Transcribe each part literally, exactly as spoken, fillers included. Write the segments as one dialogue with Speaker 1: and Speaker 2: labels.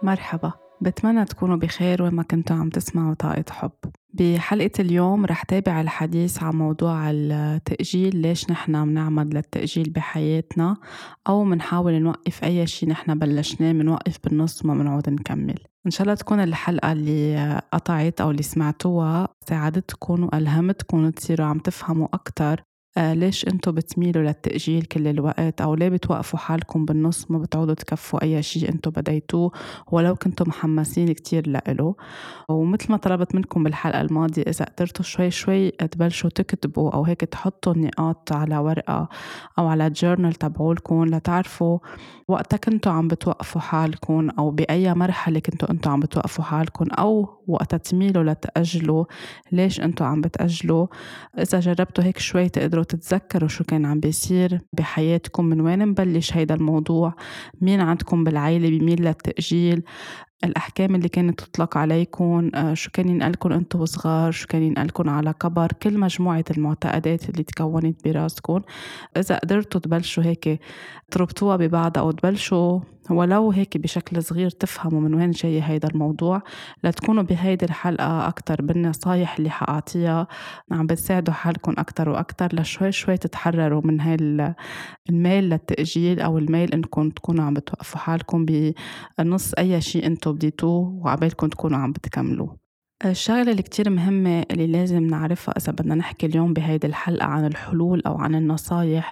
Speaker 1: مرحبا، بتمنى تكونوا بخير وما كنتوا عم تسمعوا طاقة حب. بحلقة اليوم رح تابع الحديث عن موضوع التأجيل، ليش نحنا منعمد للتأجيل بحياتنا أو منحاول نوقف أي شي نحنا بلشناه منوقف بالنص وما منعود نكمل. إن شاء الله تكون الحلقة اللي قطعت أو اللي سمعتوها ساعدتكم وألهمتكم تصيروا عم تفهموا أكتر آه ليش أنتوا بتميلوا للتأجيل كل الوقت، أو ليه بتوقفوا حالكم بالنص ما بتعودوا تكفوا أي شيء أنتوا بديتوه ولو كنتوا محمسين كتير لإله. ومثل ما طلبت منكم بالحلقة الماضية، إذا قدرتوا شوي شوي تبلشوا تكتبوا أو هيك تحطوا النقاط على ورقة أو على جورنال تبعولكم لتعرفوا وقتا كنتوا عم بتوقفوا حالكم أو بأي مرحلة كنتوا أنتوا عم بتوقفوا حالكم، أو وقتا تميلوا لتأجلوا ليش أنتوا عم بتأجلوا. إذا جربتوا هيك شوي تقدروا تتذكروا شو كان عم بيصير بحياتكم، من وين مبلش هيدا الموضوع، مين عندكم بالعائلة بيميل للتأجيل، الأحكام اللي كانت تطلق عليكم، شو كان ينقلكم أنتوا صغار، شو كان ينقلكم على كبر، كل مجموعة المعتقدات اللي تكونت براسكم. إذا قدرتوا تبلشوا هيك تربطوها ببعض أو تبلشوا ولو هيك بشكل صغير تفهموا من وين جاي هيدا الموضوع، لتكونوا بهيدي الحلقة أكتر بالنصايح اللي حقعطيها عم بتساعدوا حالكم أكتر وأكتر لشوي شوي تتحرروا من هاي الميل للتأجيل أو الميل إنكم تكونوا عم بتوقفوا حالكم بنص أي شيء أنتوا بديتوه وعبالكم تكونوا عم بتكملوا. الشغلة اللي كتير مهمة اللي لازم نعرفها إذا بدنا نحكي اليوم بهيدي الحلقة عن الحلول أو عن النصايح،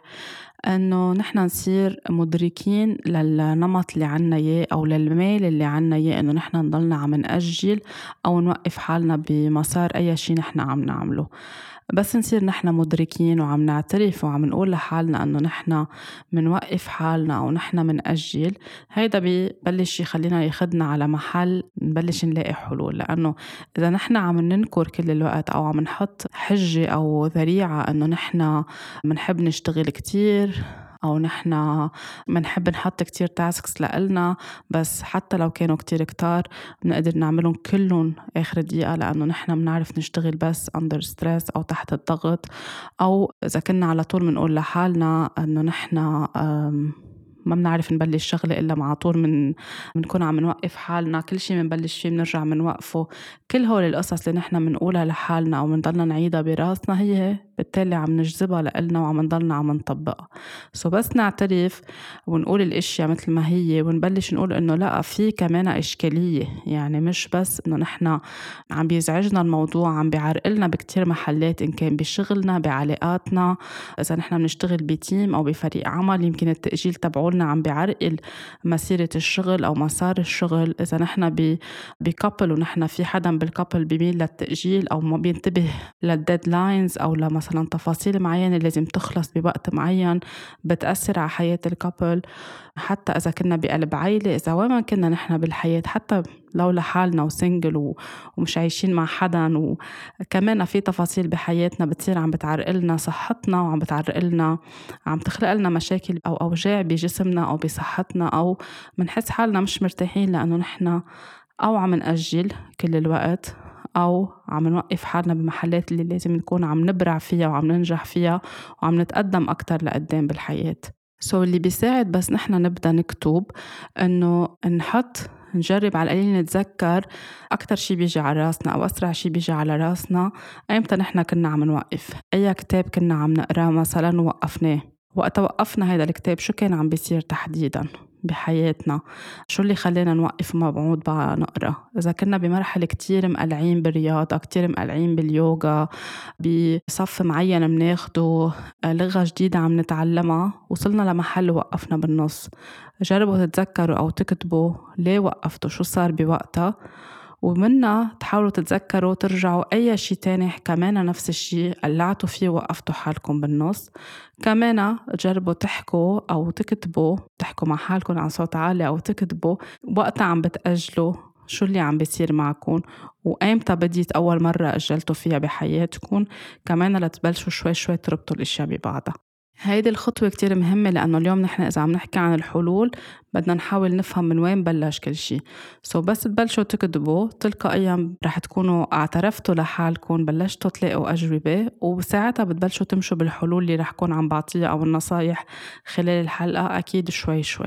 Speaker 1: أنه نحن نصير مدركين للنمط اللي عنا إياه أو للميل اللي عنا إياه، أنه نحن نضلنا عم نأجل أو نوقف حالنا بمسار أي شيء نحن عم نعمله. بس نصير نحن مدركين وعم نعترف وعم نقول لحالنا أنه نحن منوقف حالنا أو نحن منأجل، هيدا ببلش يخلينا ياخدنا على محل نبلش نلاقي حلول. لأنه إذا نحن عم ننكر كل الوقت أو عم نحط حجة أو ذريعة أنه نحن منحب نشتغل كتير أو نحن منحب نحط كتير تاسكس لإلنا، بس حتى لو كانوا كتير كتار بنقدر نعملهم كلهم آخر دقيقة لأنه نحن منعرف نشتغل بس under stress أو تحت الضغط، أو إذا كنا على طول منقول لحالنا أنه نحن ما بنعرف نبلش شغلة إلا مع طول من منكون عم نوقف حالنا، كل شيء منبلش فيه منرجع منوقفه. كل هول القصص اللي نحن منقولها لحالنا أو منضلنا نعيدها براسنا هي بالتالي عم نجذبها لإلنا وعم نضلنا عم نطبقها. سو بس نعترف ونقول الاشياء مثل ما هي ونبلش نقول انه لا، في كمان اشكالية، يعني مش بس انه نحن عم بيزعجنا الموضوع، عم بيعرقلنا بكتير محلات، ان كان بشغلنا بعلاقاتنا، اذا نحن بنشتغل بتيم او بفريق عمل يمكن التأجيل تبعولنا عم بيعرقل مسيرة الشغل او مسار الشغل. اذا نحن بكابل ونحن في حدا بالكابل بيميل للتأجيل او ما بينتبه للديدلاينز او لمثلا تفاصيل معينة لازم تخلص بوقت معين، بتأثر على حياة الكابل. حتى إذا كنا بقلب عائلة، إذا وين ما كنا نحن بالحياة، حتى لو لحالنا وسنجل ومش عايشين مع حدا، وكمان في تفاصيل بحياتنا بتصير عم بتعرقلنا صحتنا وعم بتعرقلنا، عم تخلق لنا مشاكل أو أوجاع بجسمنا أو بصحتنا، أو منحس حالنا مش مرتاحين لأنه نحن أو عم نأجل كل الوقت أو عم نوقف حالنا بمحلات اللي لازم نكون عم نبرع فيها وعم ننجح فيها وعم نتقدم أكتر لقدام بالحياة. سو اللي بيساعد بس نحن نبدأ نكتب، إنه نحط نجرب على القليل نتذكر أكتر شي بيجي على راسنا أو أسرع شي بيجي على راسنا أيمتى نحن كنا عم نوقف، أي كتاب كنا عم نقرأ مثلا ووقفناه، وقت وقفنا هيدا الكتاب شو كان عم بيصير تحديدا بحياتنا، شو اللي خلينا نوقف وما بعود بقى نقرأ. إذا كنا بمرحلة كتير مقلعين بالرياضة، كتير مقلعين باليوغا، بصف معين مناخده، لغة جديدة عم نتعلمها، وصلنا لمحل وقفنا بالنص، جربوا تتذكروا أو تكتبوا ليه وقفتوا، شو صار بوقتها، ومنها تحاولوا تتذكروا ترجعوا أي شيء تاني كمان نفس الشيء قلعتوا فيه وقفتوا حالكم بالنص. كمان جربوا تحكوا أو تكتبوا، تحكوا مع حالكم عن صوت عالي أو تكتبوا وقتها عم بتأجلوا شو اللي عم بيصير معكم وأيمتى بديت أول مرة أجلتوا فيها بحياتكم، كمان لتبلشوا شوي شوي تربطوا الأشياء ببعضها. هيدي الخطوة كتير مهمة لأنه اليوم نحن إذا عم نحكي عن الحلول بدنا نحاول نفهم من وين بلش كل شيء. سو بس تبلشوا تكتبوا تلقائيا رح تكونوا اعترفتوا لحالكم، بلشتوا تلاقوا أجوبة، وساعتها بتبلشوا تمشوا بالحلول اللي رح كون عم بعطيها أو النصايح خلال الحلقة أكيد شوي شوي.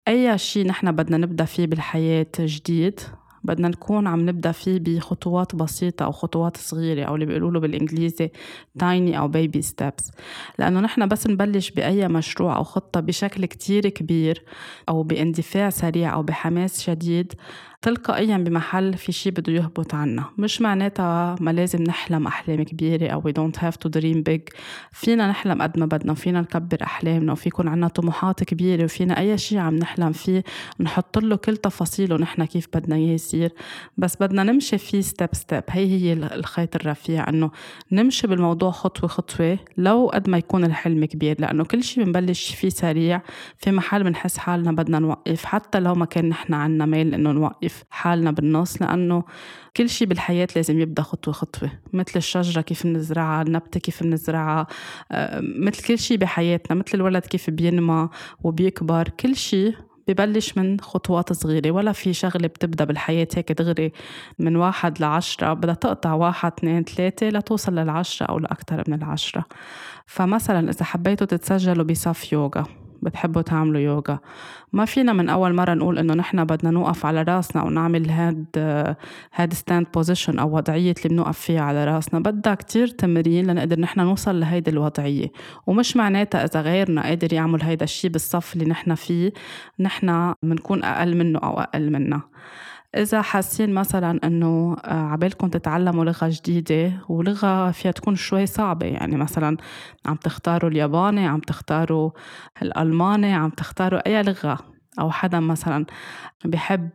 Speaker 1: أي شي نحن بدنا نبدأ فيه بالحياة جديد بدنا نكون عم نبدأ فيه بخطوات بسيطة أو خطوات صغيرة، أو اللي بيقولوله بالإنجليزي tiny أو baby steps. لأنه نحن بس نبلش بأي مشروع أو خطة بشكل كتير كبير أو باندفاع سريع أو بحماس شديد، تلقائياً بمحل في شي بده يهبط عنا. مش معناتها ما لازم نحلم أحلام كبيرة أو we don't have to dream big. فينا نحلم قد ما بدنا، وفينا نكبر أحلامنا، وفي يكون عنا طموحات كبيرة، وفينا أي شي عم نحلم فيه نحط له كل تفاصيله نحن كيف بدنا إياه يصير. بس بدنا نمشي فيه ستيب ستيب. هي هي الخيط الرفيع، إنه نمشي بالموضوع خطوة خطوة لو قد ما يكون الحلم كبير. لأنه كل شي بنبلش فيه سريع في محل بنحس حالنا بدنا نوقف، حتى لو ما كان نحن عنا ميل إنه نوقف حالنا بالنص. لأنه كل شي بالحياة لازم يبدأ خطوة خطوة، مثل الشجرة كيف بنزرعها، النبتة كيف بنزرعها، مثل كل شي بحياتنا، مثل الولد كيف بينمى وبيكبر. كل شي ببلش من خطوات صغيرة. ولا في شغلة بتبدأ بالحياة هيك دغري من واحد لعشرة، بدها تقطع واحد اثنين ثلاثة لتوصل للعشرة أو لأكثر من العشرة. فمثلا إذا حبيتوا تتسجلوا بصف يوغا، بتحبوا تعملوا يوغا، ما فينا من أول مرة نقول إنه نحن بدنا نوقف على راسنا أو نعمل هاد هاد ستاند بوزيشن أو وضعية اللي بنوقف فيها على راسنا. بدها كتير تمرين لنقدر نحن نوصل لهيدا الوضعية. ومش معناتها إذا غيرنا قادر يعمل هيدا الشي بالصف اللي نحن فيه نحن منكون أقل منه أو أقل منا. إذا حاسين مثلاً أنه عبالكم تتعلموا لغة جديدة ولغة فيها تكون شوي صعبة، يعني مثلاً عم تختاروا الياباني، عم تختاروا الألماني، عم تختاروا أي لغة، أو حدا مثلاً بيحب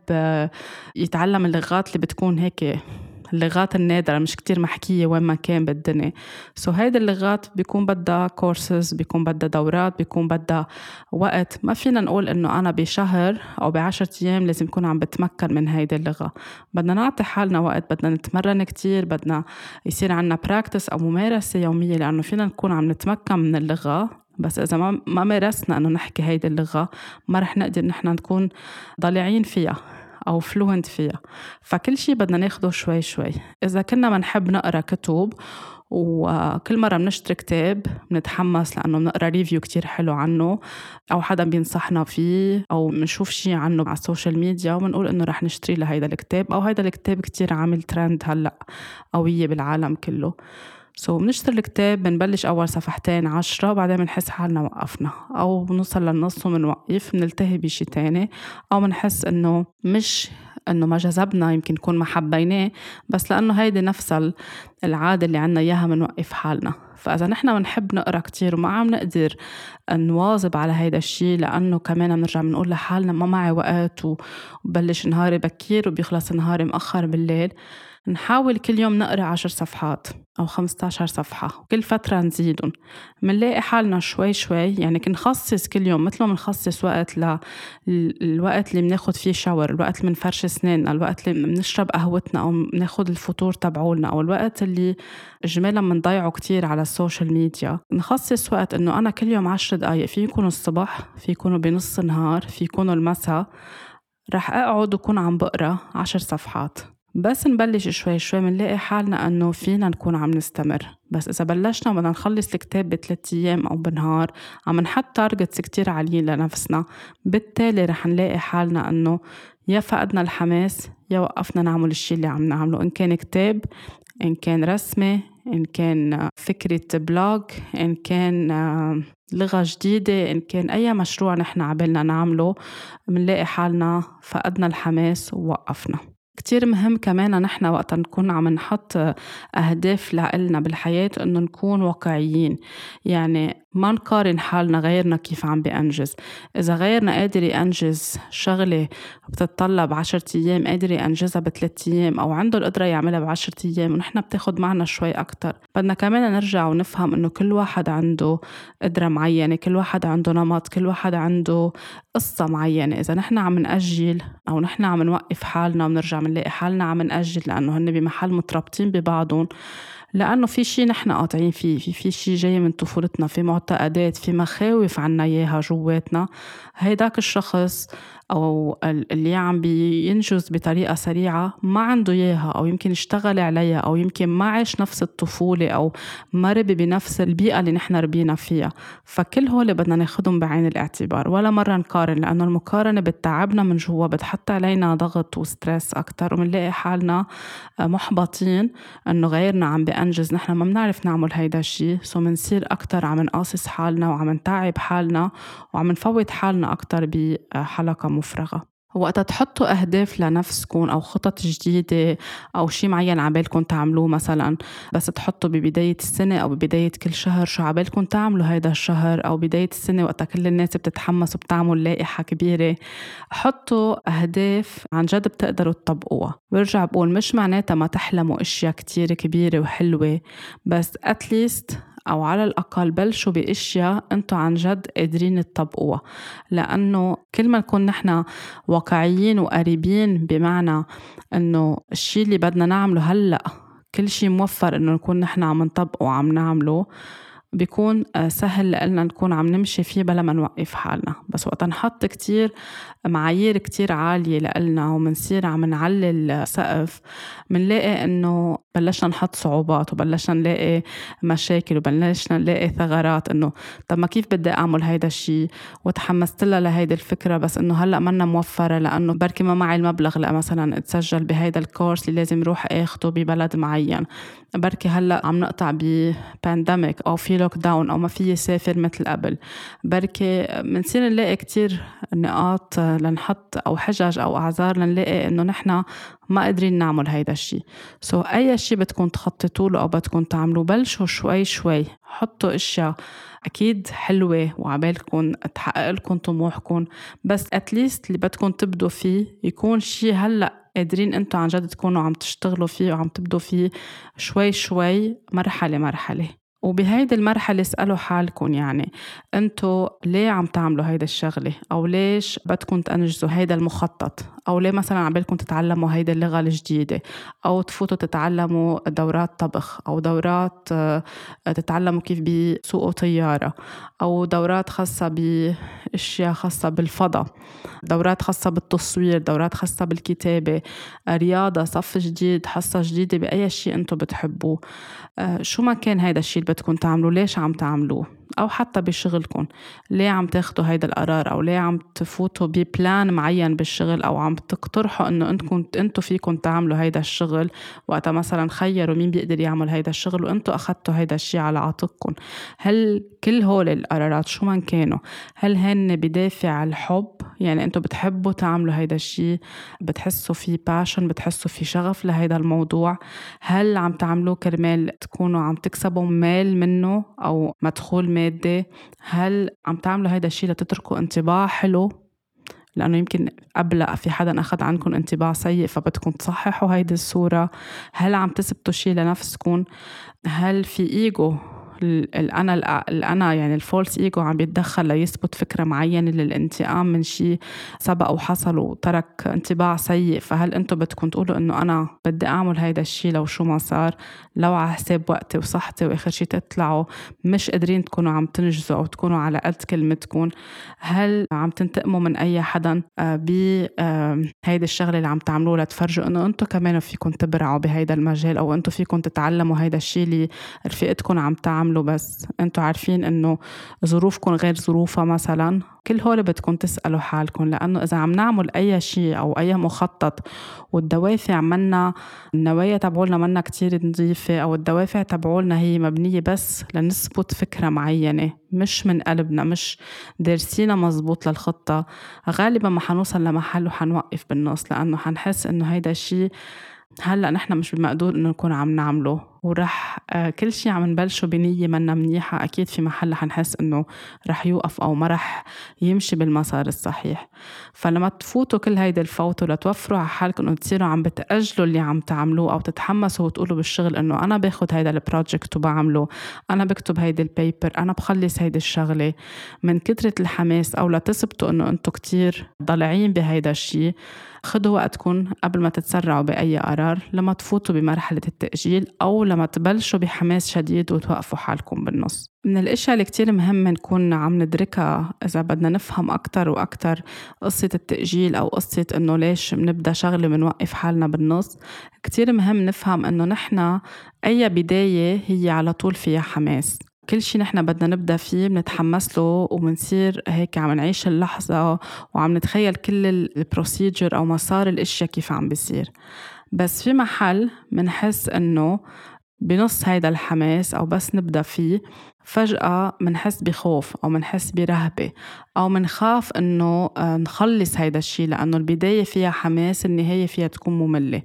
Speaker 1: يتعلم اللغات اللي بتكون هيك اللغات النادرة مش كتير محكية وين ما كان بالدنيا. سو هيدا اللغات بيكون بدها كورسز، بيكون بدها دورات، بيكون بدها وقت. ما فينا نقول إنه أنا بشهر أو بعشرة أيام لازم يكون عم بتمكن من هيدا اللغة. بدنا نعطي حالنا وقت، بدنا نتمرن كتير، بدنا يصير عنا براكتس أو ممارسة يومية. لأنه فينا نكون عم نتمكن من اللغة، بس إذا ما ما مارسنا إنه نحكي هيدا اللغة ما رح نقدر نحن نكون ضالعين فيها أو فلوينت فيها. فكل شي بدنا ناخده شوي شوي. إذا كنا منحب نقرأ كتب وكل مرة بنشتري كتاب بنتحمس لأنه بنقرأ ريفيو كتير حلو عنه أو حدا بينصحنا فيه أو بنشوف شي عنه على السوشيال ميديا وبنقول إنه رح نشتري لهيدا الكتاب، أو هيدا الكتاب كتير عامل ترند هلأ قوية بالعالم كله. سو so, بنشتري الكتاب، بنبلش أول صفحتين عشرة وبعدين بنحس حالنا وقفنا، أو بنوصل للنص ومنوقف بنلتهي بشي تاني، أو بنحس إنه مش إنه ما جذبنا، يمكن نكون ما حبيناه، بس لأنه هيدي نفس العادة اللي عنا إياها منوقف حالنا. فإذا نحنا بنحب نقرأ كتير وما عم نقدر نواظب على هيدا الشي، لأنه كمان بنرجع بنقول لحالنا ما معي وقت وبلش نهاري بكير وبيخلص نهاري مأخر بالليل، نحاول كل يوم نقرأ عشر صفحات أو خمسة عشر صفحة، وكل فترة نزيدهم. منلاقي حالنا شوي شوي، يعني كنخصص كل يوم مثل ما منخصص وقت للوقت اللي بناخد فيه شاور، الوقت اللي بنفرش سناننا، الوقت اللي بنشرب قهوتنا أو بناخد الفطور تبعولنا، أو الوقت اللي إجمالا منضيعه كتير على السوشيال ميديا. نخصص وقت إنه أنا كل يوم عشر دقايق، في يكونوا الصبح، في يكونوا بنص النهار، في يكونوا المساء، رح أقعد وكون عم بقرأ عشر صفحات. بس نبلش شوي شوي منلاقي حالنا أنه فينا نكون عم نستمر. بس إذا بلشنا وبدنا نخلص الكتاب بثلاث أيام أو بنهار، عم نحط تارجتس كتير عاليين لنفسنا، بالتالي رح نلاقي حالنا أنه يا فقدنا الحماس يا وقفنا نعمل الشي اللي عم نعمله، إن كان كتاب، إن كان رسمة، إن كان فكرة بلوج، إن كان لغة جديدة، إن كان أي مشروع نحن عبالنا نعمله، منلاقي حالنا فقدنا الحماس ووقفنا. كتير مهم كمان نحن وقت نكون عم نحط أهداف لنا بالحياة إنه نكون واقعيين، يعني ما نقارن حالنا غيرنا كيف عم بينجز. إذا غيرنا قادر ينجز شغلة بتتطلب عشرة أيام قادر ينجزها بثلاث أيام، أو عنده القدرة يعملها بعشرة أيام، ونحن بتاخد معنا شوي أكتر. بدنا كمان نرجع ونفهم إنه كل واحد عنده قدرة معينة، كل واحد عنده نمط، كل واحد عنده قصة معينة. إذا نحن عم نأجل أو نحن عم نوقف حالنا ونرجع منلاقي حالنا عم نأجل لأنه هن بمحل مترابطين ببعضهم، لأنه في شي نحن قاطعين فيه، في في شي جاي من طفولتنا، في معتقدات، في مخاوف عنا إياها جواتنا. هيداك الشخص أو ال- اللي عم بينجز بطريقة سريعة ما عنده إياها، أو يمكن اشتغل عليها، أو يمكن ما عاش نفس الطفولة، أو ما ربي بنفس البيئة اللي نحن ربينا فيها. فكل هول بدنا ناخدهم بعين الاعتبار، ولا مرة نقارن، لأنه المقارنة بتتعبنا من جوا، بتحط علينا ضغط وستريس أكتر، ومنلاقي حالنا محبطين إنه غيرنا عم بأنجز، نحن ما بنعرف نعمل هيدا الشي. سو منصير أكتر عم نقاصص حالنا وعم نتعب حالنا وعم نفوت حالنا أكتر بحلقة مفرغة. وقتا تحطوا أهداف لنفسكم أو خطط جديدة أو شي معين عبالكم تعملوه، مثلا بس تحطوا ببداية السنة أو ببداية كل شهر شو عبالكم تعملوا هيدا الشهر، أو بداية السنة وقتا كل الناس بتتحمس وبتعمل لائحة كبيرة. حطوا أهداف عن جد بتقدروا تطبقوها. برجع بقول مش معناتها ما تحلموا إشياء كتير كبيرة وحلوة، بس at least أو على الأقل بلشوا بإشياء أنتوا عن جد قادرين تطبقوها. لأنه كل ما نكون نحن واقعيين وقريبين، بمعنى أنه الشيء اللي بدنا نعمله هلأ كل شيء موفر أنه نكون نحن عم نطبقه وعم نعمله، بيكون سهل لنا نكون عم نمشي فيه بلا ما نوقف حالنا. بس وقت نحط كتير معايير كتير عالية لنا ومنصير عم نعلي السقف، منلاقي انه بلشنا نحط صعوبات، وبلشنا نلاقي مشاكل، وبلشنا نلاقي ثغرات. انه طب ما كيف بدي اعمل هيدا الشيء وتحمست لها لهيدا الفكرة، بس انه هلأ منا موفرة، لانه بركي ما معي المبلغ لا مثلا اتسجل بهيدا الكورس اللي لازم روح اخده ببلد معين، بركي هلأ عم نقطع ببانديميك او في لوك داون او ما في سافر مثل قبل. بركي منصير نلاقي كتير نقاط لنحط أو حجج أو أعذار لنلاقي إنه نحنا ما قادرين نعمل هيدا الشيء. سو أي شيء بدكم تخططوا له أو بدكم تعملوا، بلشوا شوي شوي، حطوا إشياء أكيد حلوة وعبالكم تحقق لكم طموحكم، بس أتليست اللي بدكم تبدوا فيه يكون شيء هلأ قادرين أنتوا عن جد تكونوا عم تشتغلوا فيه وعم تبدوا فيه شوي شوي، مرحلة مرحلة. وبهيدي المرحلة اسألوا حالكم، يعني أنتوا ليه عم تعملوا هيدا الشغلة، أو ليش بدكم تنجزوا هيدا المخطط، أو ليه مثلا عبالكم تتعلموا هيدا اللغة الجديدة، أو تفوتوا تتعلموا دورات طبخ، أو دورات تتعلموا كيف بيسوقوا طيارة، أو دورات خاصة بأشياء خاصة بالفضاء، دورات خاصة بالتصوير، دورات خاصة بالكتابة، رياضة، صف جديد، حصة جديدة بأي شيء أنتوا بتحبوه. شو ما كان هيدا الشيء اللي بدكم تعملوه، ليش عم تعملوه، أو حتى بشغلكم ليه عم تاخدوا هيدا القرار، أو ليه عم تفوتوا ببلان معين بالشغل، أو عم تقترحوا أنه أنتم أنتوا فيكم تعملوا هيدا الشغل. وقتا مثلا خيروا مين بيقدر يعمل هيدا الشغل وأنتوا أخدتوا هيدا الشيء على عاتقكم. هل كل هول القرارات شو ما كانوا، هل هن بدافع الحب، يعني أنتوا بتحبوا تعملوا هيدا الشيء، بتحسوا في باشن، بتحسوا في شغف لهيدا الموضوع، هل عم تعملوه كرمال تكونوا عم تكسبوا مال منه أو مدخول مادي، هل عم تعملوا هيدا الشيء لتتركوا انطباع حلو، لأنه يمكن قبل في حدا أخذ عنكم انطباع سيء فبدكم تصححوا هيدا الصورة، هل عم تثبتوا شيء لنفسكم، هل في إيجو الأنا الأنا يعني الفولس إيجو عم بيتدخل ليثبت فكرة معينة للانتقام من شيء سبق وحصل وترك انطباع سيء، فهل أنتوا بدكم تقولوا إنه أنا بدي أعمل هيدا الشيء لو شو ما صار، لو على حساب وقتي وصحتي، وآخر شيء تطلعوا مش قادرين تكونوا عم تنجزوا أو تكونوا على قد كلمتكم، هل عم تنتقموا من أي حدا بهيدا الشغلة اللي عم تعملوه لتفرجوا إنه أنتوا كمان فيكم تبرعوا بهيدا المجال، أو أنتوا فيكم تتعلموا هيدا الشيء اللي رفيقتكم عم تعملوا، بس أنتوا عارفين إنه ظروفكم غير ظروفها مثلا. كل هول بدكم تسألوا حالكم، لأنه إذا عم نعمل أي شيء أو أي مخطط والدوافع منا النوايا تبعولنا منا كتير نظيفة، أو الدوافع تبعولنا هي مبنية بس لنثبت فكرة معينة مش من قلبنا، مش دارسينا مزبوط للخطة، غالبا ما حنوصل لمحل وحنوقف بالنص، لأنه حنحس إنه هيدا الشيء هلأ نحن مش بمقدور إنه نكون عم نعمله، ورح كل شيء عم نبلشه بنية منا منيحة أكيد في محل حنحس إنه رح يوقف أو ما رح يمشي بالمسار الصحيح. فلما تفوتوا كل هيدا الفوت ولتوفروا على حالكم إنه تصيروا عم بتأجلوا اللي عم تعملوه، أو تتحمسوا وتقولوا بالشغل إنه أنا باخد هيدا البروجكت وبعمله، أنا بكتب هيدا البيبر، أنا بخلص هيدا الشغلة، من كترة الحماس، أو لتثبتوا إنه أنتوا كتير ضلعين بهيدا الشيء، خدوا وقتكم قبل ما تتسرعوا بأي قرار لما تفوتوا بمرحلة التأجيل، أو لما تبلشوا بحماس شديد وتوقفوا حالكم بالنص. من الاشياء اللي كتير مهم نكون عم ندركها إذا بدنا نفهم أكتر وأكتر قصة التأجيل أو قصة إنه ليش بنبدأ شغلة بنوقف حالنا بالنص، كتير مهم نفهم إنه نحنا أي بداية هي على طول فيها حماس. كل شي نحنا بدنا نبدأ فيه بنتحمس له ومنصير هيك عم نعيش اللحظة وعم نتخيل كل البروسيجر أو مسار الاشياء كيف عم بيصير. بس في محل منحس إنه بنص هيدا الحماس أو بس نبدأ فيه فجأة منحس بخوف أو منحس برهبة أو منخاف إنه نخلص هيدا الشي، لأنه البداية فيها حماس النهاية فيها تكون مملة.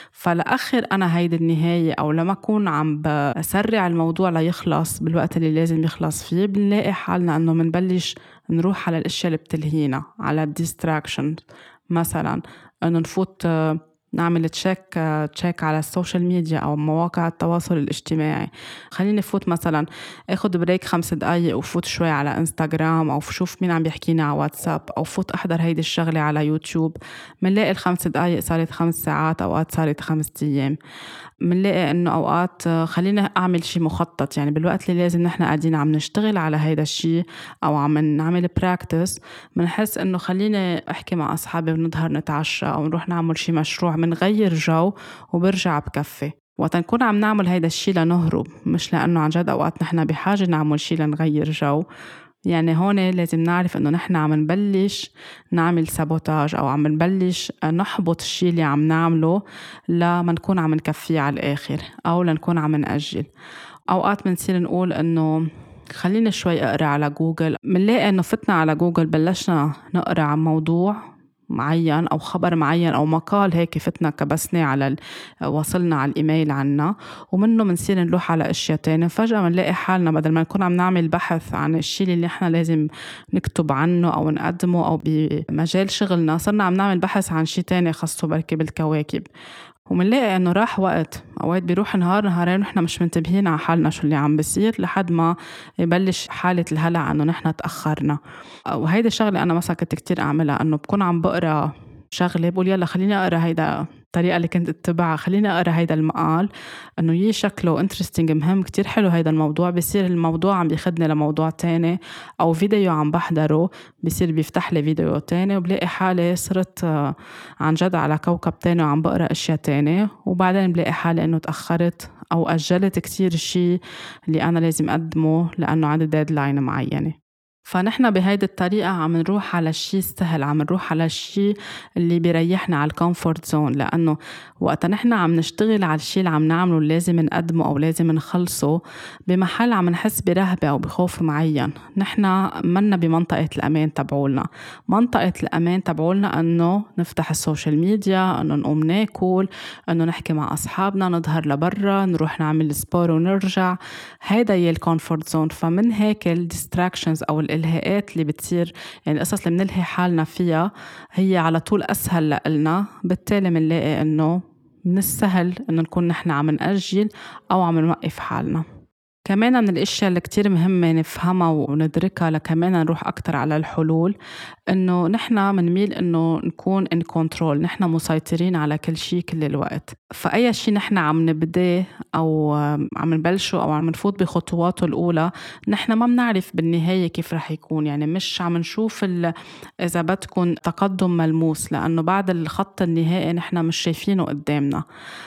Speaker 1: فلأخر أنا هيدا النهاية أو لما أكون عم بسرع الموضوع ليخلص بالوقت اللي لازم يخلص فيه، بنلاقي حالنا إنه منبلش نروح على الأشياء اللي بتلهينا، على الديستراكشن. مثلا إنه نفوت نعمل تشيك تشيك على السوشيال ميديا أو مواقع التواصل الاجتماعي. خليني فوت مثلا اخد بريك خمس دقايق وفوت شوي على انستغرام أو شوف مين عم بيحكينا على واتساب أو فوت أحضر هيدي الشغلة على يوتيوب. منلاقي الخمس دقايق صارت خمس ساعات، أوقات صارت خمس أيام. منلاقي إنه أوقات خلينا أعمل شي مخطط، يعني بالوقت اللي لازم نحنا قاعدين عم نشتغل على هيدا الشي أو عم نعمل براكتس، منحس إنه خليني أحكي مع أصحابي ونظهر نتعشى أو نروح نعمل شي مشروع، منغير جو وبرجع بكفي. وقت نكون عم نعمل هيدا الشي لنهرب، مش لأنه عن جد أوقات نحنا بحاجة نعمل شي لنغير جو. يعني هون لازم نعرف إنه نحنا عم نبلش نعمل سابوتاج أو عم نبلش نحبط الشي اللي عم نعمله لما نكون عم نكفيه على الآخر أو لنكون عم نأجل. أوقات منصير نقول إنه خلينا شوي أقرأ على جوجل، منلاقي إنه فتنا على جوجل بلشنا نقرأ عن موضوع معين أو خبر معين أو مقال هيك، فتنا كبسنا على ال... وصلنا على الإيميل عنا، ومنه منصير نروح على أشياء تانية. فجأة منلاقي حالنا بدل ما نكون عم نعمل بحث عن الشيء اللي احنا لازم نكتب عنه أو نقدمه أو بمجال شغلنا، صرنا عم نعمل بحث عن شيء تاني خاصه بركب الكواكب. ومنلاقي إنه راح وقت، أوقات بيروح نهار نهارين ونحنا مش منتبهين على حالنا شو اللي عم بيصير، لحد ما يبلش حالة الهلع إنه نحنا تأخرنا. وهيدا الشغلة أنا مثلا كنت كتير أعملها، إنه بكون عم بقرأ شغلة بقول يلا خليني أقرأ هيدا الطريقة اللي كنت اتبعها، خليني أقرأ هيدا المقال إنه يي شكله انترستينج مهم كتير حلو هيدا الموضوع. بيصير الموضوع عم بيخدني لموضوع تاني، أو فيديو عم بحضره بيصير بيفتح لي فيديو تاني، وبلاقي حالي صرت عن جد على كوكب تاني وعم بقرأ أشياء تاني. وبعدين بلاقي حالي إنه تأخرت أو أجلت كتير الشي اللي أنا لازم أقدمه لأنه عندي ديدلاين معينة. فنحن بهيدي الطريقة عم نروح على الشيء السهل، عم نروح على الشيء اللي بيريحنا، على الكومفورت زون. لأنه وقتا نحن عم نشتغل على الشيء اللي عم نعمله اللي لازم نقدمه أو لازم نخلصه بمحل عم نحس برهبة أو بخوف معين، نحن منا بمنطقة الأمان تبعولنا. منطقة الأمان تبعولنا أنه نفتح السوشيال ميديا، أنه نقوم ناكل، أنه نحكي مع أصحابنا، نظهر لبرا، نروح نعمل سبور ونرجع. هيدا هي الكومفورت زون. فمن هيك الديستراكشنز أو الإلهاءات اللي بتصير، يعني القصص اللي منلهي حالنا فيها، هي على طول أسهل لنا. بالتالي منلاقي إنه من السهل إنه نكون نحن عم نأجل أو عم نوقف حالنا. كمان من الاشياء اللي كتير مهمة نفهمها وندركها لكمان نروح اكتر على الحلول، انه نحنا منميل انه نكون ان كنترول، نحنا مسيطرين على كل شيء كل الوقت. فاي شيء نحنا عم نبداه او عم نبلشه او عم نفوت بخطواته الاولى، نحنا ما بنعرف بالنهاية كيف رح يكون. يعني مش عم نشوف اذا بدكن تقدم ملموس، لانه بعد الخط النهائي نحنا مش شايفينه قدامنا.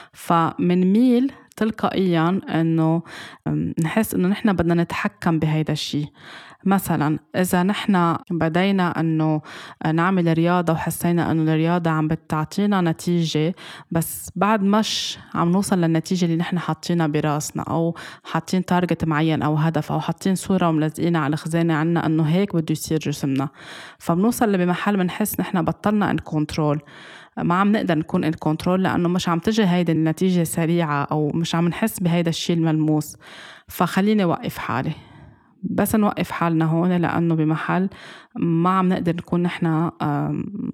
Speaker 1: فمنميل تلقائيا انه نحس انه نحنا بدنا نتحكم بهيدا الشيء. مثلا اذا نحنا بدينا انه نعمل رياضة وحسينا انه الرياضة عم بتعطينا نتيجة، بس بعد مش عم نوصل للنتيجة اللي نحنا حاطينها براسنا، او حاطين تارجت معين او هدف، او حاطين صورة وملزقينها على خزانة عنا انه هيك بده يصير جسمنا، فبنوصل بمحل منحس نحنا بطلنا ان كنترول، ما عم نقدر نكون ان كنترول، لأنه مش عم تجي هيدا النتيجة سريعة أو مش عم نحس بهيدا الشيء الملموس. فخليني وقف حالي، بس نوقف حالنا هون، لأنه بمحل ما عم نقدر نكون نحنا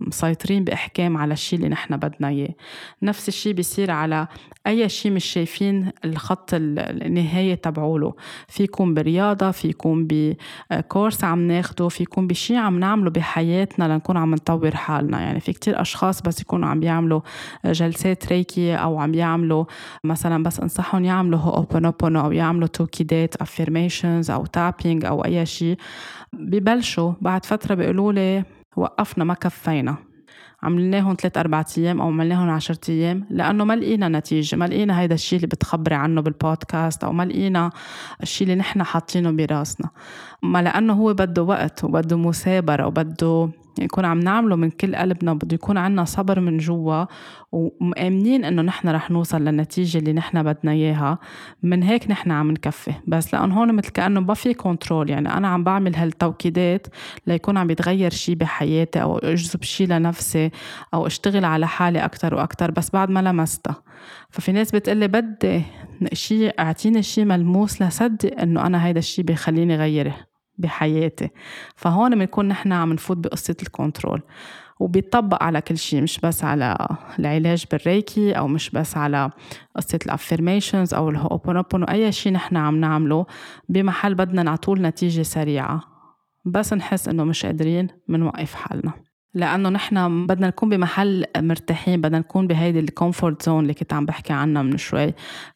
Speaker 1: مسيطرين بإحكام على الشيء اللي نحن بدنا إياه. نفس الشيء بيصير على أي شيء مش شايفين الخط النهاية تبعوله، فيكون برياضة، فيكون بكورس عم ناخده، فيكون بشيء عم نعمله بحياتنا لنكون عم نطور حالنا. يعني في كتير أشخاص بس يكونوا عم بيعملوا جلسات ريكي أو عم بيعملوا مثلا، بس انصحهم يعملوا هوبونوبونو أو يعملوا توكيدات affirmations أو تابينج أو أي شيء، ببلشوا بعد فترة بيقولوا لي وقفنا ما كفينا، عملناهم ثلاث أربعة أيام أو عملناهم عشرة أيام لأنه ما لقينا نتيجة، ما لقينا هيدا الشيء اللي بتخبري عنه بالبودكاست، أو ما لقينا الشيء اللي نحن حاطينه براسنا. ما لأنه هو بده وقت وبده مثابرة وبده يكون عم نعمله من كل قلبنا، بده يكون عنا صبر من جوا ومؤمنين إنه نحن رح نوصل للنتيجة اللي نحن بدنا إياها. من هيك نحن عم نكفي. بس لأن هون مثل كأنه ما في كنترول، يعني أنا عم بعمل هالتوكيدات ليكون عم بيتغير شيء بحياتي أو أجذب شيء لنفسي أو أشتغل على حالي أكتر وأكتر، بس بعد ما لمستها. ففي ناس بتقلي بدي شيء، أعطيني شيء ملموس لصدق إنه أنا هيدا الشيء بيخليني غيره بحياتي. فهون بنكون نحن عم نفوت بقصة الكنترول، وبيطبق على كل شيء، مش بس على العلاج بالريكي أو مش بس على قصة الأفيرميشنز أو الهوبونوبونو. أي شيء نحن عم نعمله بمحل بدنا نعطول نتيجة سريعة، بس نحس إنه مش قادرين منوقف حالنا، لأنه نحن بدنا نكون بمحل مرتاحين، بدنا نكون بهيدي الكومفورت زون اللي كنت عم بحكي عنها من شوي.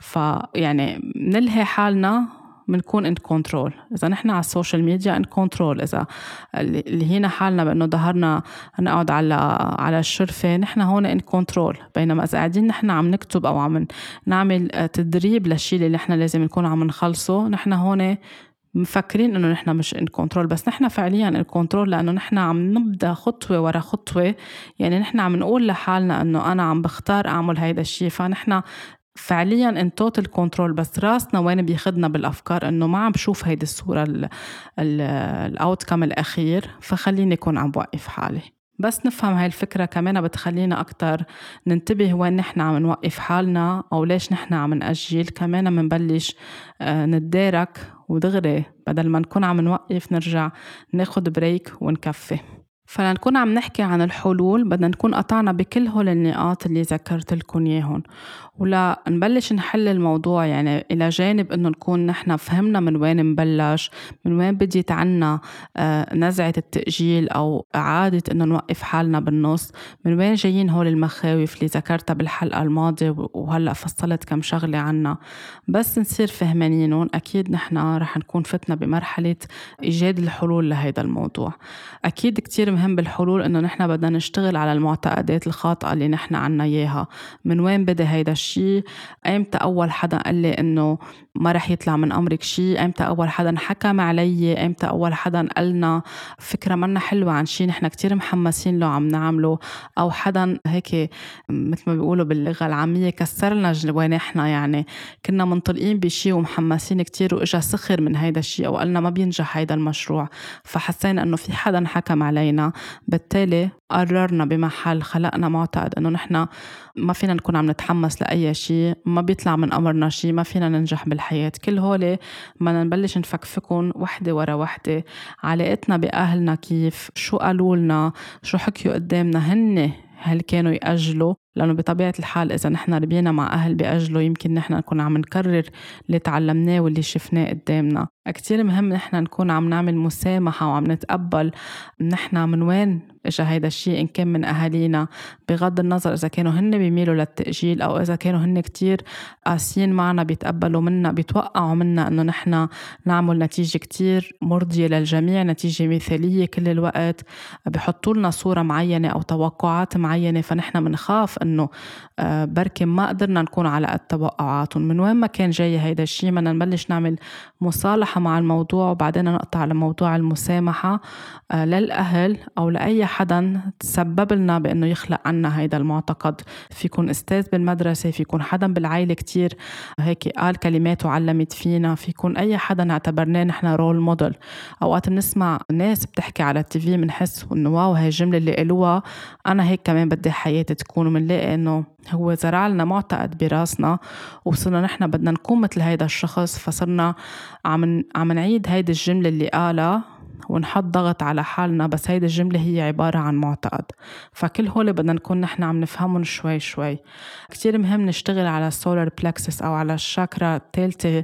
Speaker 1: فيعني نلهي حالنا، منكون ان كنترول. إذا نحن على السوشيال ميديا ان كنترول، إذا اللي هنا حالنا بأنه ظهرنا نقعد على على الشرفة، نحن هون ان كنترول. بينما إذا قاعدين نحن عم نكتب أو عم نعمل تدريب للشيء اللي نحن لازم نكون عم نخلصه، نحن هون مفكرين إنه نحن مش ان كنترول، بس نحن فعليا ان كنترول، لأنه نحن عم نبدأ خطوة ورا خطوة. يعني نحن عم نقول لحالنا إنه أنا عم بختار أعمل هيدا الشيء، فنحن فعليا ان توتال كنترول. بس راسنا وين بيخدنا بالأفكار إنه ما عم بشوف هيدي الصورة الأوتكم الأخير، فخليني أكون عم بوقف حالي. بس نفهم هاي الفكرة كمان بتخلينا أكتر ننتبه وين نحن عم نوقف حالنا أو ليش نحن عم نأجل. كمان منبلش نتدارك ودغري، بدل ما نكون عم نوقف نرجع ناخد بريك ونكفي. فلنكون عم نحكي عن الحلول بدنا نكون قطعنا بكل هول النقاط اللي ذكرت لكم إياهم، ولا نبلش نحل الموضوع. يعني إلى جانب إنه نكون نحن فهمنا من وين نبلش، من وين بديت عنا آه نزعة التأجيل أو إعادة إنه نوقف حالنا بالنص، من وين جايين هول المخاوف اللي ذكرتها بالحلقة الماضية وهلأ فصلت كم شغلة عنا. بس نصير فهمانينهم، أكيد نحن رح نكون فتنا بمرحلة إيجاد الحلول لهذا الموضوع. أكيد كتير مهم بالحلول إنه نحن بدنا نشتغل على المعتقدات الخاطئة اللي نحن عنا إياها. من وين بدأ هيدا الشيء؟ أيمتى أول حدا قال لي إنه ما رح يطلع من أمرك شيء؟ أيمتى أول حدا حكم علي؟ أيمتى أول حدا قالنا فكرة منا حلوة عن شيء نحن كتير محمسين له عم نعمله؟ أو حدا هيك مثل ما بيقولوا باللغة العامية كسرنا جوانحنا، يعني كنا منطلقين بشيء ومحمسين كتير وإجا سخر من هيدا الشيء أو قالنا ما بينجح هيدا المشروع، فحسينا إنه في حدا حكم علينا، بالتالي قررنا بمحل خلقنا معتقد إنه نحن ما فينا نكون عم نتحمس لأي شيء، ما بيطلع من أمرنا شيء، ما فينا ننجح بالحياة. كل هولي ما نبلش نفكفكن وحدة ورا وحدة. علاقتنا بأهلنا كيف، شو قالوا لنا، شو حكيوا قدامنا، هن هل كانوا يأجلوا؟ لأنه بطبيعة الحال إذا نحن ربينا مع أهل بيأجلوا، يمكن نحن نكون عم نكرر اللي تعلمناه واللي شفناه قدامنا. كتير مهم نحن نكون عم نعمل مسامحة وعم نتقبل نحن من وين إجا هيدا الشيء، إن كان من أهالينا، بغض النظر إذا كانوا هن بيميلوا للتأجيل أو إذا كانوا هن كتير قاسيين معنا، بيتقبلوا منا، بيتوقعوا منا إنه نحن نعمل نتيجة كتير مرضية للجميع، نتيجة مثالية كل الوقت، بيحطوا لنا صورة معينة أو توقعات معينة، فنحن منخاف إنه بركي ما قدرنا نكون على قد توقعاتهم. من وين ما كان جاي هيدا الشيء بدنا نبلش نعمل مصالحة مع الموضوع، وبعدين نقطع على موضوع المسامحة للأهل أو لأي حدا تسبب لنا بأنه يخلق عنا هيدا المعتقد. في يكون أستاذ بالمدرسة، في يكون حدا بالعائلة كتير هيك قال كلمات وعلمت فينا، في يكون أي حدا نعتبرناه نحن رول موديل. أوقات بنسمع ناس بتحكي على التيفي منحس إنه واو هاي الجملة اللي قالوها أنا هيك كمان بدي حياتي تكون، ومنلاقي إنه هو زرع لنا معتقد براسنا وصرنا نحن بدنا نكون مثل هيدا الشخص، فصرنا عم عم نعيد هيدا الجملة اللي قالها ونحط ضغط على حالنا، بس هيدي الجملة هي عبارة عن معتقد. فكل هول بدنا نكون نحن عم نفهمهم شوي شوي. كتير مهم نشتغل على السولار بلكسس أو على الشاكرا الثالثة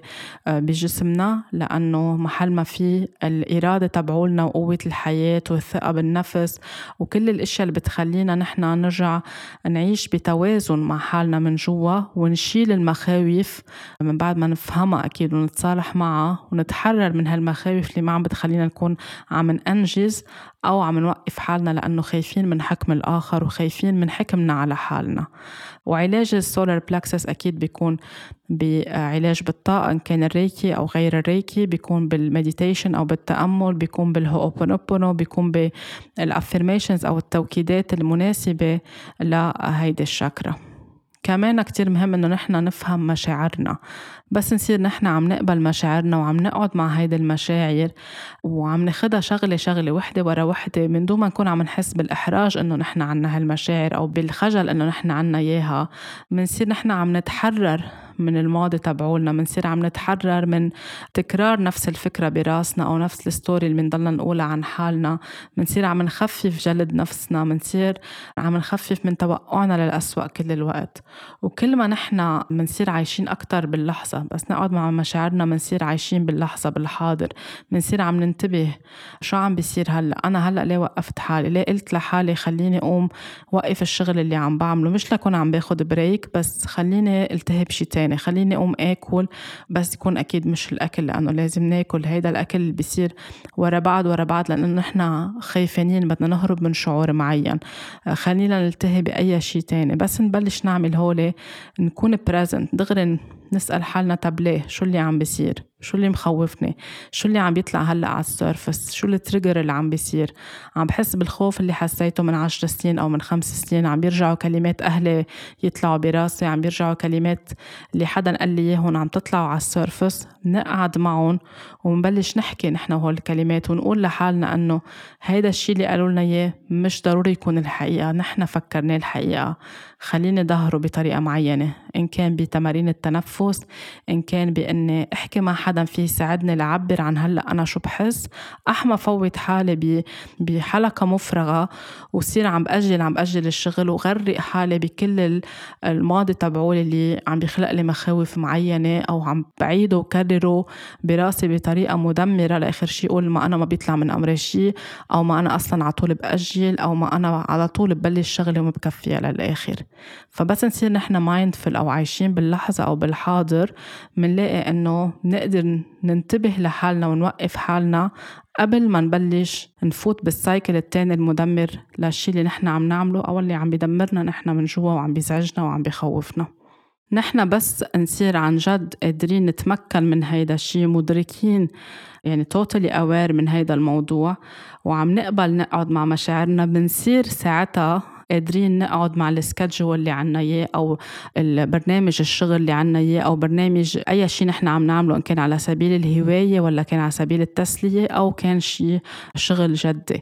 Speaker 1: بجسمنا، لأنه محل ما في الإرادة تبعولنا وقوة الحياة والثقة بالنفس وكل الأشياء اللي بتخلينا نحن نرجع نعيش بتوازن مع حالنا من جوا، ونشيل المخاوف من بعد ما نفهمها أكيد ونتصالح معها ونتحرر من هالمخاوف اللي ما عم بتخلينا نكون عم ننجز أو عم نوقف حالنا لأنه خايفين من حكم الآخر وخايفين من حكمنا على حالنا. وعلاج السولار بلكسس أكيد بيكون بعلاج بالطاقة، إن كان الريكي أو غير الريكي، بيكون بالمديتيشن أو بالتأمل، بيكون بالهوبونوبونو، بيكون بالأفيرميشنز أو التوكيدات المناسبة لهيدي الشاكرا. كمان كتير مهم إنه نحنا نفهم مشاعرنا. بس نصير نحنا عم نقبل مشاعرنا وعم نقعد مع هيدا المشاعر وعم ناخدها شغلة شغلة وحدة ورا وحدة من دون ما نكون عم نحس بالإحراج إنه نحنا عنا هالمشاعر أو بالخجل إنه نحنا عنا إياها. منصير نحنا عم نتحرر من الماضي تبعولنا، منصير عم نتحرر من تكرار نفس الفكرة براسنا أو نفس الستوري اللي منضلنا نقولها عن حالنا. منصير عم نخفف جلد نفسنا، منصير عم نخفف من توقعنا للأسوأ كل الوقت. وكل ما نحنا منصير عايشين أكتر باللحظة، بس نقعد مع مشاعرنا منصير عايشين باللحظة بالحاضر، منصير عم ننتبه شو عم بيصير هلأ، أنا هلأ ليه وقفت حالي، ليه قلت لحالي خليني أقوم وقف الشغل اللي عم بعمله، مش لكون عم باخد بريك بس خليني التهب شي تاني، خليني أقوم آكل، بس يكون أكيد مش الأكل لأنه لازم ناكل، هيدا الأكل اللي بيصير ورا بعض ورا بعض لأنه نحنا خايفين بدنا نهرب من شعور معين. خلينا نلتهي بأي شي تاني، بس نبلش نعمل هولي نكون present دغري، نسأل حالنا طب ليه، شو اللي عم بيصير، شو اللي مخوفني، شو اللي عم بيطلع هلأ على السيرفس، شو التريجر اللي عم بيصير. عم بحس بالخوف اللي حسيته من عشر سنين أو من خمس سنين، عم بيرجعوا كلمات أهلي يطلعوا براسي، عم بيرجعوا كلمات اللي حدا قال لي إياهم عم تطلعوا على السيرفس. نقعد معهم ونبلش نحكي نحن هول الكلمات ونقول لحالنا أنه هيدا الشيء اللي قالوا لنا إياه مش ضروري يكون الحقيقة، نحن فكرناه الحقيقة. خليني ظهره بطريقة معينة، إن كان بتمارين التنفس، إن كان بأني أحكي مع حدا فيه يساعدني لعبر عن هلأ أنا شو بحس، أحمى فوت حالي بحلقة مفرغة وصير عم بأجل عم بأجل الشغل وغرق حالي بكل الماضي تبعولي اللي عم بيخلق لي مخاوف معينة أو عم بعيده وكرره براسي بطريقة مدمرة لآخر شيء أقول ما أنا ما بيطلع من أمري شيء، أو ما أنا أصلا على طول بأجل، أو ما أنا على طول ببلش شغلي وما بكفيها للآخر. فبس نصير نحن مايندفل أو عايشين باللحظة أو بالحاضر، منلاقي أنه نقدر ننتبه لحالنا ونوقف حالنا قبل ما نبلش نفوت بالسايكل التاني المدمر للشي اللي نحن عم نعمله أو اللي عم بيدمرنا نحن من جوا وعم بيزعجنا وعم بيخوفنا. نحن بس نصير عن جد قادرين نتمكن من هيدا الشي، مدركين يعني totally aware من هيدا الموضوع وعم نقبل نقعد مع مشاعرنا، بنصير ساعتها قادرين نقعد مع السكادجول اللي عنا إياه أو البرنامج الشغل اللي عنا إياه أو برنامج أي شيء نحن عم نعمله، إن كان على سبيل الهواية ولا كان على سبيل التسلية أو كان شيء شغل جدي.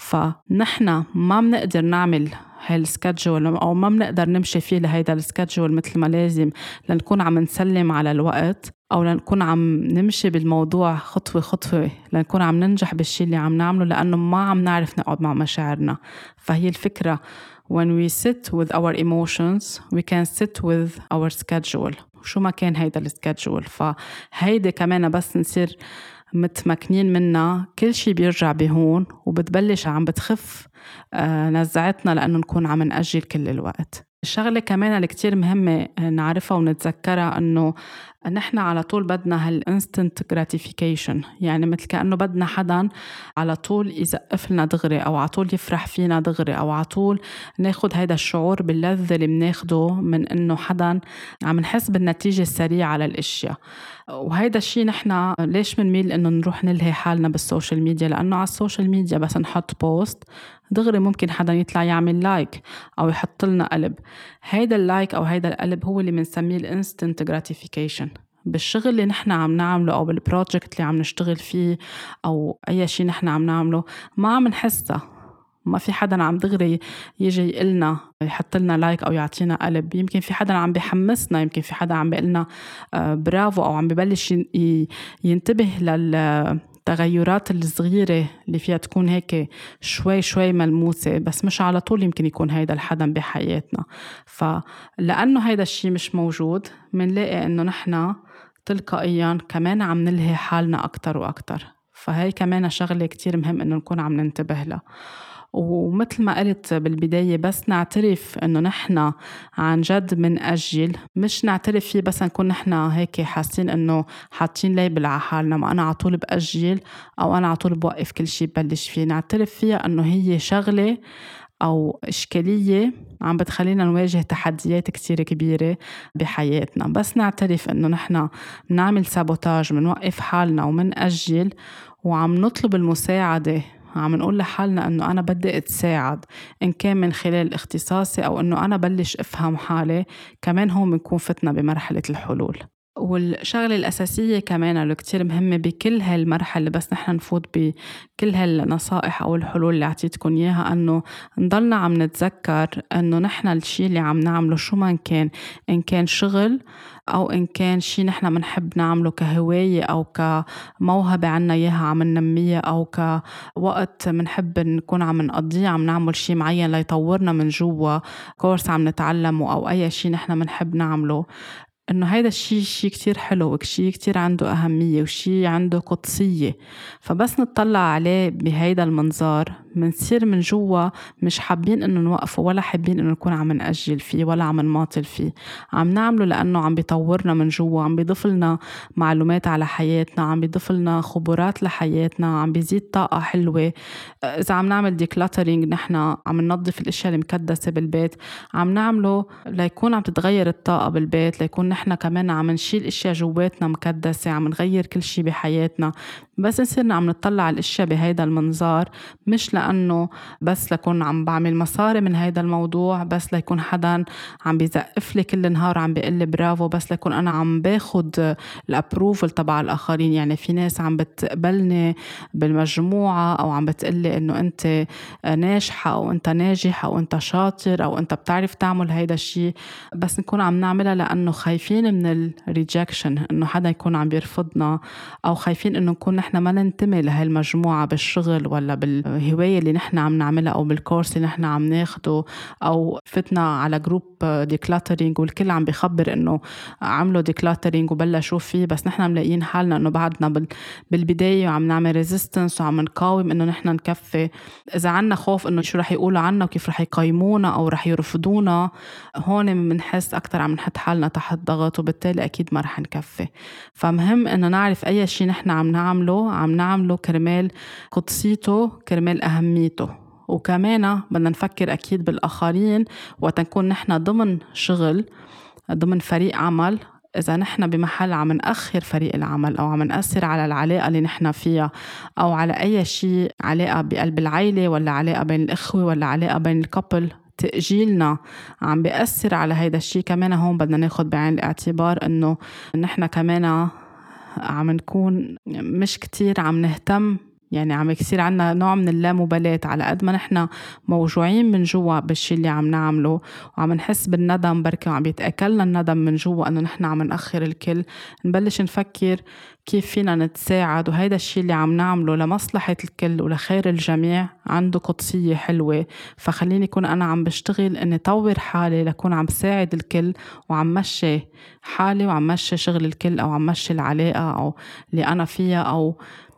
Speaker 1: فنحن ما بنقدر نعمل هالسكادجول أو ما بنقدر نمشي فيه لهيدا السكادجول مثل ما لازم لنكون عم نسلم على الوقت أو لنكون عم نمشي بالموضوع خطوة خطوة لنكون عم ننجح بالشي اللي عم نعمله، لأنه ما عم نعرف نقعد مع مشاعرنا. فهي الفكرة when we sit with our emotions we can sit with our schedule، شو ما كان هيدا السكادجول. فهيدا كمان بس نصير متمكنين منا كل شي بيرجع بهون وبتبلش عم بتخف آه نزعتنا لأنه نكون عم نأجل كل الوقت. الشغلة كمان اللي كتير مهمة نعرفها ونتذكرها أنه نحن على طول بدنا هالإنستنت gratification، يعني مثل كأنه بدنا حدا على طول يزقف لنا دغري أو على طول يفرح فينا دغري أو على طول ناخد هيدا الشعور باللذة اللي بناخده من أنه حدا عم نحس بالنتيجة السريعة على الأشياء. وهيدا الشيء نحن ليش منميل أنه نروح نلهي حالنا بالسوشيال ميديا؟ لأنه على السوشيال ميديا بس نحط بوست دغري ممكن حدا يطلع يعمل لايك أو يحط لنا قلب. هيدا اللايك أو هيدا القلب هو اللي منسميه الانستنت gratification. بالشغل اللي نحن عم نعمله أو بالبروجكت اللي عم نشتغل فيه أو أي شيء نحن عم نعمله ما عم نحسها، ما في حدا عم دغري يجي يقلنا يحط لنا لايك أو يعطينا قلب. يمكن في حدا عم بيحمسنا، يمكن في حدا عم بيقلنا برافو أو عم ببلش ينتبه لل التغيرات الصغيرة اللي فيها تكون هيك شوي شوي ملموسة، بس مش على طول يمكن يكون هيدا الحدث بحياتنا. فلأنه هيدا الشي مش موجود، منلاقي إنه نحنا تلقائيا كمان عم نلهي حالنا أكتر وأكتر. فهي كمان شغلة كتير مهم إنه نكون عم ننتبه لها. ومثل ما قلت بالبداية، بس نعترف إنه نحنا عن جد منأجل، مش نعترف فيه بس نكون نحنا هيك حاسين إنه حاطين ليبل على حالنا، ما أنا عطول بأجل أو أنا عطول بوقف كل شي ببلش فيه. نعترف فيها إنه هي شغلة أو إشكالية عم بتخلينا نواجه تحديات كتير كبيرة بحياتنا. بس نعترف إنه نحنا منعمل سابوتاج، منوقف حالنا ومنأجل وعم نطلب المساعدة، عم نقول لحالنا إنه أنا بدي أتساعد، إن كان من خلال اختصاصي أو إنه أنا بلش أفهم حالي. كمان هون بنكون فتنا بمرحلة الحلول. والشغلة الأساسية كمان اللي كتير مهمة بكل هالمرحلة، بس نحن نفوت بكل هالنصائح أو الحلول اللي عطيتكم إياها، أنه نضلنا عم نتذكر أنه نحن الشي اللي عم نعمله شو ما كان، إن كان شغل أو إن كان شي نحن منحب نعمله كهواية أو كموهبة عنا إياها عم ننميها، أو كوقت منحب نكون عم نقضيه عم نعمل شي معين ليطورنا من جوا، كورس عم نتعلمه أو أي شي نحن منحب نعمله، إنه هيدا الشي شي كتير حلو وشي كتير عنده أهمية وشي عنده قدسية. فبس نطلع عليه بهيدا المنظار منصير من جوا مش حابين إنه نوقفه ولا حابين إنه نكون عم نأجل فيه ولا عم نماطل فيه. عم نعمله لأنه عم بيطورنا من جوا، عم بيضيف لنا معلومات على حياتنا، عم بيضيف لنا خبرات لحياتنا، عم بيزيد طاقة حلوة. إذا عم نعمل ديكلاترينج، نحن عم ننظف الأشياء المكدسة بالبيت، عم نعمله ليكون عم تتغير الطاقة بالبيت، ليكون نحن كمان عم نشيل اشياء جواتنا مكدسة، عم نغير كل شي بحياتنا. بس نصيرنا عم نطلع على الاشياء بهيدا المنظار، مش لانه بس لكون عم بعمل مصاري من هيدا الموضوع، بس ليكون حدا عم بيزقف لي كل نهار عم بيقول لي برافو، بس ليكون انا عم باخد الابروفل تبع الاخرين. يعني في ناس عم بتقبلني بالمجموعة او عم بتقلي انه انت ناجحة او انت ناجح او انت شاطر او انت بتعرف تعمل هيدا الشي، بس نكون عم نعملها لانه خايفين من الريجكشن، انه حدا يكون عم بيرفضنا، او خايفين انه نكون نحن ما ننتمي لهالمجموعة بالشغل ولا بالهواية اللي نحن عم نعملها او بالكورس اللي نحن عم ناخده، او فتنا على جروب ديكلاترينج والكل عم بيخبر انه عملوا ديكلاترينج وبلشوا فيه، بس نحن ملاقيين حالنا انه بعدنا بالبداية وعم نعمل ريزيستنس وعم نقاوم انه نحن نكفي. اذا عنا خوف انه شو رح يقولوا عنا وكيف رح يقيمونا او رح يرفضونا، هون بنحس اكتر عم نحط حالنا تحت ضغط، وبالتالي أكيد ما رح نكفي. فمهم إنه نعرف أي شيء نحن عم نعمله عم نعمله كرمال قدسيته، كرمال أهميته. وكمان بدنا نفكر أكيد بالآخرين وقت نكون نحن ضمن شغل، ضمن فريق عمل. إذا نحن بمحل عم نأخر فريق العمل أو عم نأثر على العلاقة اللي نحن فيها، أو على أي شيء، علاقة بقلب العيلة ولا علاقة بين الإخوة ولا علاقة بين الكابل، تأجيلنا عم بيأثر على هيدا الشيء، كمان هون بدنا ناخد بعين الاعتبار إنه نحن كمان عم نكون مش كتير عم نهتم. يعني عم يصير عنا نوع من اللامبالاة، على قد ما نحن موجوعين من جوا بالشي اللي عم نعمله وعم نحس بالندم، بركة وعم بيتأكلنا الندم من جوا أنه نحن عم نأخر الكل، نبلش نفكر كيف فينا نتساعد. وهيدا الشي اللي عم نعمله لمصلحة الكل ولخير الجميع عنده قدسية حلوة. فخليني يكون أنا عم بشتغل أني طور حالي لكون عم ساعد الكل، وعم مشي حالي وعم مشي شغل الكل، أو عم مشي العلاقة أو اللي أنا فيها، أو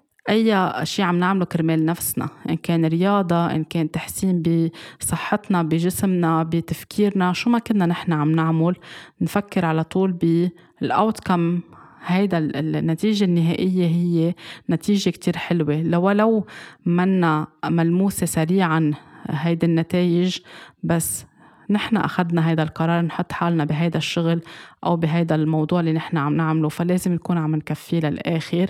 Speaker 1: أي شيء عم نعمله كرمال نفسنا، إن كان رياضة، إن كان تحسين بصحتنا، بجسمنا، بتفكيرنا، شو ما كنا نحن عم نعمل، نفكر على طول بالأوتكم. هيدا النتيجة النهائية هي نتيجة كتير حلوة، لو منا ملموسة سريعا هيدا النتائج، بس نحن أخذنا هيدا القرار نحط حالنا بهيدا الشغل أو بهيدا الموضوع اللي نحن عم نعمله، فلازم نكون عم نكفيه للآخر.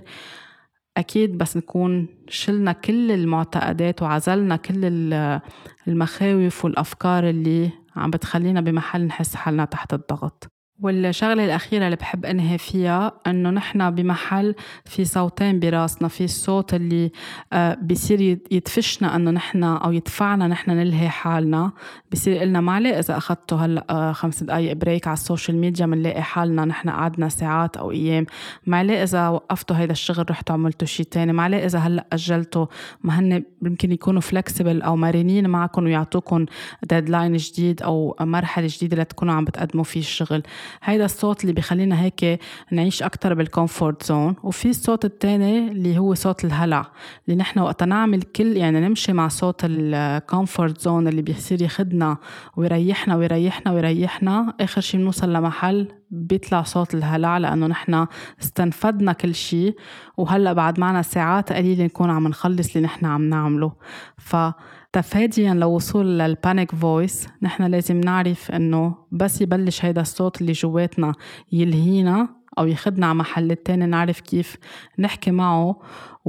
Speaker 1: أكيد بس نكون شلنا كل المعتقدات وعزلنا كل المخاوف والأفكار اللي عم بتخلينا بمحل نحس حالنا تحت الضغط. والشغلة الأخيرة اللي بحب أنهي فيها أنه نحن بمحل في صوتين براسنا، في الصوت اللي بيصير يدفشنا أنه نحن أو يدفعنا نحن نلهي حالنا، بيصير قلنا معلي إذا أخذته هلأ خمس دقايق بريك على السوشيال ميديا منلاقي حالنا نحن قعدنا ساعات أو أيام، معلي إذا وقفتوا هيدا الشغل رحتوا عملتوا شي تاني، معلي إذا هلأ أجلتوا، ما هن يمكن يكونوا فلكسبل أو مرنين معكم ويعطوكم ديدلاين جديد أو مرحلة جديدة لتكونوا عم بتقدموا فيه الشغل. هيدا الصوت اللي بيخلينا هيك نعيش أكتر بالكومفورت زون. وفي الصوت التاني اللي هو صوت الهلع، اللي نحن وقت نعمل كل يعني نمشي مع صوت الكومفورت زون اللي بيصير يخدنا ويريحنا ويريحنا ويريحنا، آخر شي بنوصل لمحل بيطلع صوت الهلع، لأنه نحن استنفدنا كل شي وهلأ بعد معنا ساعات قليلة نكون عم نخلص اللي نحن عم نعمله. ف تفادياً لوصول للبانيك فويس نحن لازم نعرف أنه بس يبلش هيدا الصوت اللي جواتنا يلهينا أو يخدنا على محل التاني، نعرف كيف نحكي معه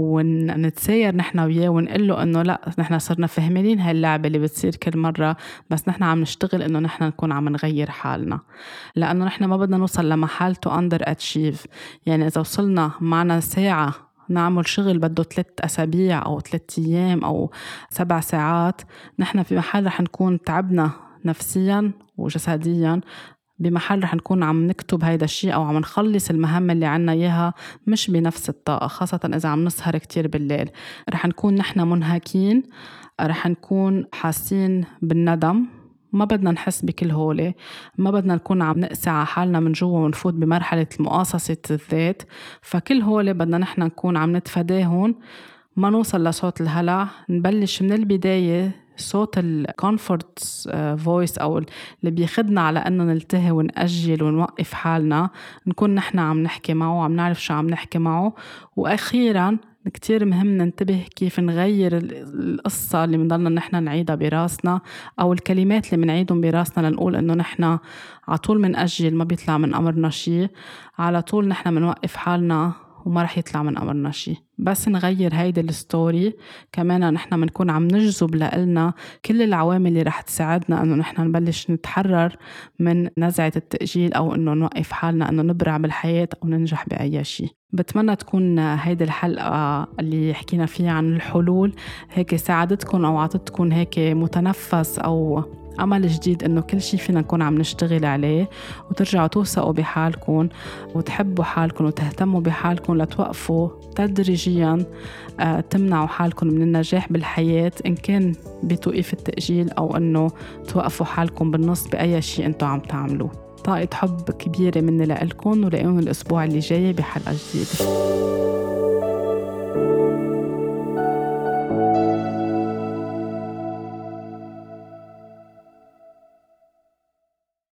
Speaker 1: ونتساير نحن وياه ونقله أنه لا نحن صرنا فهمين هاي اللعبة اللي بتصير كل مرة، بس نحن عم نشتغل أنه نحن نكون عم نغير حالنا، لأنه نحن ما بدنا نوصل لمحل to under achieve. يعني إذا وصلنا معنا ساعة نعمل شغل بده ثلاث أسابيع أو ثلاث أيام أو سبع ساعات، نحن في محل رح نكون تعبنا نفسياً وجسدياً، بمحل رح نكون عم نكتب هيدا الشيء أو عم نخلص المهمة اللي عنا إياها مش بنفس الطاقة، خاصة إذا عم نسهر كتير بالليل. رح نكون نحن منهكين، رح نكون حاسين بالندم، ما بدنا نحس بكل هولي، ما بدنا نكون عم نقسى على حالنا من جوا ونفوت بمرحلة مقاصصة الذات. فكل هولي بدنا نحن نكون عم نتفاداهن، ما نوصل لصوت الهلع، نبلش من البداية صوت الكونفورت فويس أو اللي بيخدنا على أنه نلتهي ونأجل ونوقف حالنا، نكون نحن عم نحكي معه، عم نعرف شو عم نحكي معه. وأخيراً كتير مهم ننتبه كيف نغير القصة اللي منضلنا نحن نعيدها براسنا أو الكلمات اللي منعيدهم براسنا لنقول إنه نحن عطول من أجل ما بيطلع من أمرنا شي، على طول نحن منوقف حالنا وما رح يطلع من أمرنا شي. بس نغير هيدا الستوري كمان نحن منكون عم نجذب لنا كل العوامل اللي رح تساعدنا أنه نحن نبلش نتحرر من نزعة التأجيل أو أنه نوقف حالنا أنه نبرع بالحياة أو ننجح بأي شيء. بتمنى تكون هيدا الحلقة اللي حكينا فيها عن الحلول هيك ساعدتكم أو عطتكم هيك متنفس أو أمل جديد إنه كل شيء فينا نكون عم نشتغل عليه، وترجعوا توثقوا بحالكم وتحبوا حالكم وتهتموا بحالكم لتوقفوا تدريجياً آه تمنعوا حالكم من النجاح بالحياة، إن كان بتوقيف التأجيل أو إنه توقفوا حالكم بالنص بأي شيء أنتوا عم تعملوه. طاقة حب كبيرة مني لألكم، ولقيون الأسبوع اللي جاي بحلقة جديدة.